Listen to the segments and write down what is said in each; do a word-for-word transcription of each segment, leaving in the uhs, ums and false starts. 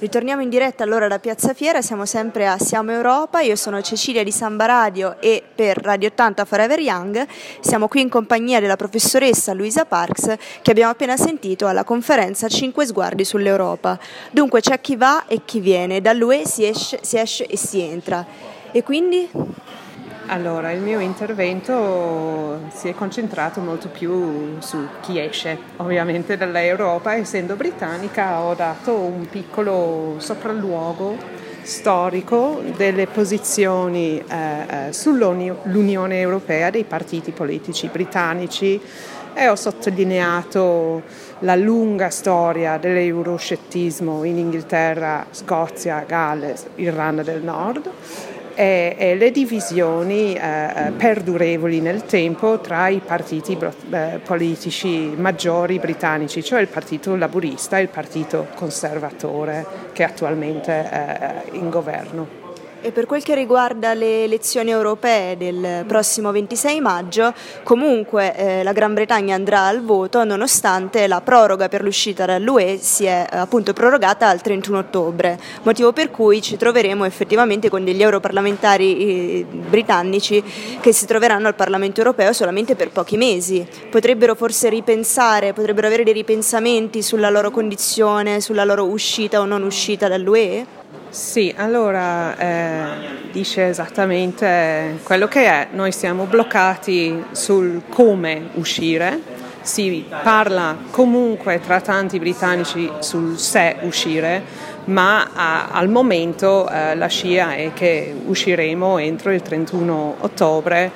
Ritorniamo in diretta allora da Piazza Fiera, siamo sempre a Siamo Europa, io sono Cecilia di Samba Radio e per Radio ottanta Forever Young siamo qui in compagnia della professoressa Luisa Parks che abbiamo appena sentito alla conferenza Cinque sguardi sull'Europa. Dunque c'è chi va e chi viene, dall'U E si esce, si esce e si entra e quindi... Allora, il mio intervento si è concentrato molto più su chi esce, ovviamente dall'Europa. Essendo britannica ho dato un piccolo sopralluogo storico delle posizioni eh, sull'Unione Europea dei partiti politici britannici e ho sottolineato la lunga storia dell'euroscettismo in Inghilterra, Scozia, Galles, Irlanda del Nord. E, e le divisioni eh, perdurevoli nel tempo tra i partiti eh, politici maggiori britannici, cioè il partito laburista e il partito conservatore che è attualmente è in governo. E per quel che riguarda le elezioni europee del prossimo ventisei maggio, comunque eh, la Gran Bretagna andrà al voto nonostante la proroga per l'uscita dall'U E si è eh, appunto prorogata al trentuno ottobre, motivo per cui ci troveremo effettivamente con degli europarlamentari eh, britannici che si troveranno al Parlamento europeo solamente per pochi mesi. Potrebbero forse ripensare, potrebbero avere dei ripensamenti sulla loro condizione, sulla loro uscita o non uscita dall'U E? Sì, allora eh, dice esattamente quello che è. Noi siamo bloccati sul come uscire, si parla comunque tra tanti britannici sul se uscire, ma a, al momento eh, la scia è che usciremo entro il trentuno ottobre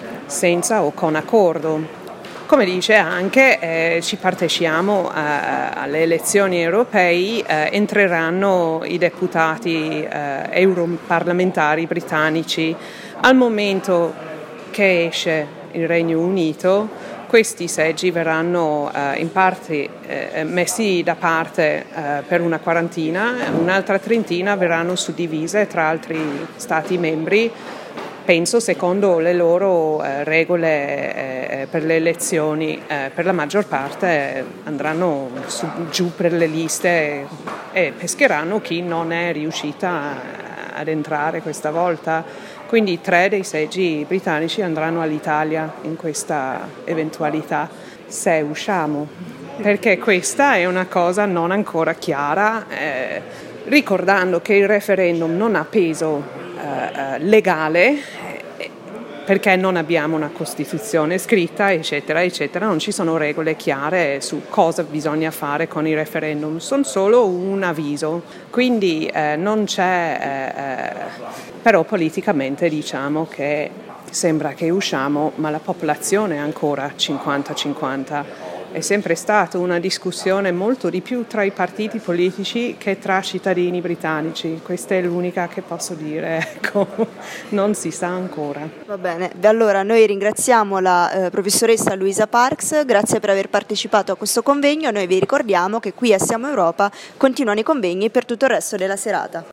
senza o con accordo. Come dice anche, eh, ci partecipiamo eh, alle elezioni europee, eh, entreranno i deputati eh, europarlamentari britannici. Al momento che esce il Regno Unito, questi seggi verranno eh, in parte eh, messi da parte eh, per una quarantina, un'altra trentina verranno suddivise tra altri Stati membri, penso secondo le loro eh, regole eh, per le elezioni. Eh, per la maggior parte eh, andranno su, giù per le liste e, e pescheranno chi non è riuscita ad entrare questa volta. Quindi tre dei seggi britannici andranno all'Italia in questa eventualità, se usciamo, perché questa è una cosa non ancora chiara, eh, ricordando che il referendum non ha peso eh, legale, perché non abbiamo una Costituzione scritta, eccetera, eccetera, non ci sono regole chiare su cosa bisogna fare con i referendum, sono solo un avviso, quindi eh, non c'è, eh, però politicamente diciamo che sembra che usciamo, ma la popolazione è ancora cinquanta cinquanta. È sempre stata una discussione molto di più tra i partiti politici che tra cittadini britannici. Questa è l'unica che posso dire, ecco, non si sa ancora. Va bene, allora noi ringraziamo la eh, professoressa Luisa Parks, grazie per aver partecipato a questo convegno. Noi vi ricordiamo che qui a Siamo Europa continuano i convegni per tutto il resto della serata.